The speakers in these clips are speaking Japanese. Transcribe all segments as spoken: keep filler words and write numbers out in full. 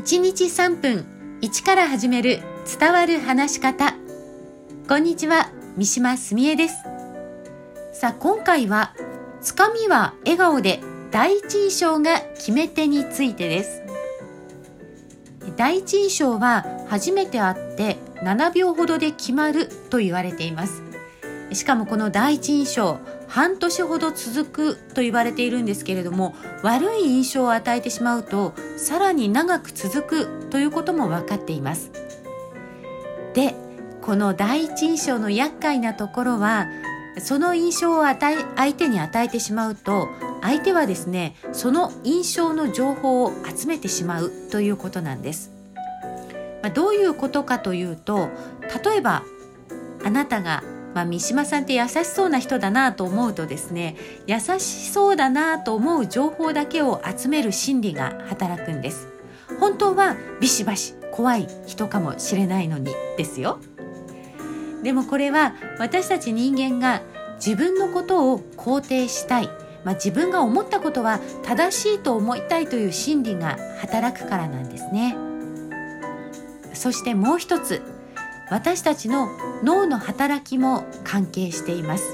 ちにちさんぷんいちから始める伝わる話し方。こんにちは、三島澄江です。さあ、今回はつかみは笑顔で第一印象が決め手についてです。第一印象は初めて会ってななびょうほどで決まると言われています。しかもこの第一印象、半年ほど続くと言われているんですけれども、悪い印象を与えてしまうとさらに長く続くということも分かっています。で、この第一印象の厄介なところは、その印象を与え相手に与えてしまうと、相手はですね、その印象の情報を集めてしまうということなんです。まあ、どういうことかというと、例えばあなたがまあ、三島さんって優しそうな人だなと思うとですね、優しそうだなと思う情報だけを集める心理が働くんです。本当はビシバシ怖い人かもしれないのにですよ。でもこれは私たち人間が自分のことを肯定したい、まあ、自分が思ったことは正しいと思いたいという心理が働くからなんですね。そしてもう一つ、私たちの脳の働きも関係しています。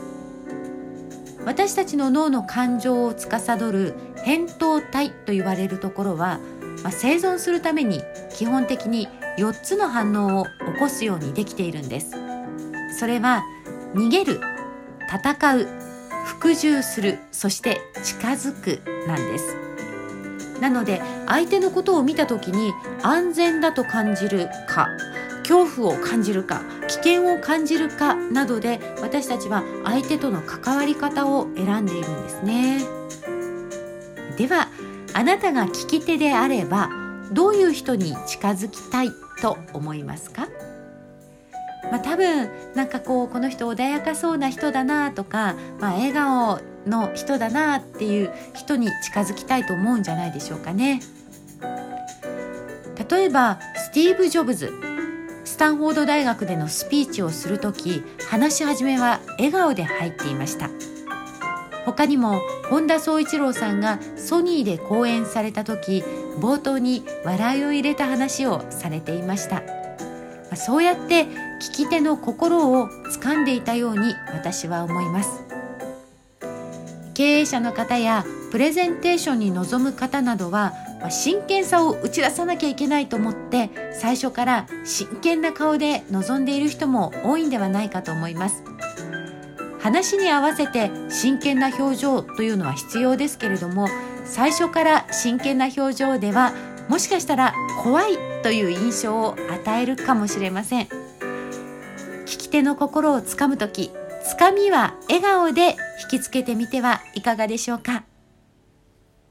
私たちの脳の感情を司る扁桃体と言われるところは、まあ、生存するために基本的によっつの反応を起こすようにできているんです。それは逃げる、戦う、服従する、そして近づくなんです。なので相手のことを見たときに安全だと感じるか、恐怖を感じるか、危険を感じるかなどで、私たちは相手との関わり方を選んでいるんですね。では、あなたが聞き手であればどういう人に近づきたいと思いますか？まあ、多分なんかこう、この人穏やかそうな人だなとか、まあ、笑顔の人だなっていう人に近づきたいと思うんじゃないでしょうかね。例えばスティーブ・ジョブズ、スタンフォード大学でのスピーチをするとき、話し始めは笑顔で入っていました。他にも本田宗一郎さんがソニーで講演されたとき、冒頭に笑いを入れた話をされていました。そうやって聞き手の心を掴んでいたように私は思います。経営者の方やプレゼンテーションに臨む方などは、真剣さを打ち出さなきゃいけないと思って最初から真剣な顔で臨んでいる人も多いんではないかと思います。話に合わせて真剣な表情というのは必要ですけれども、最初から真剣な表情ではもしかしたら怖いという印象を与えるかもしれません。聞き手の心をつかむとき、つかみは笑顔で引きつけてみてはいかがでしょうか。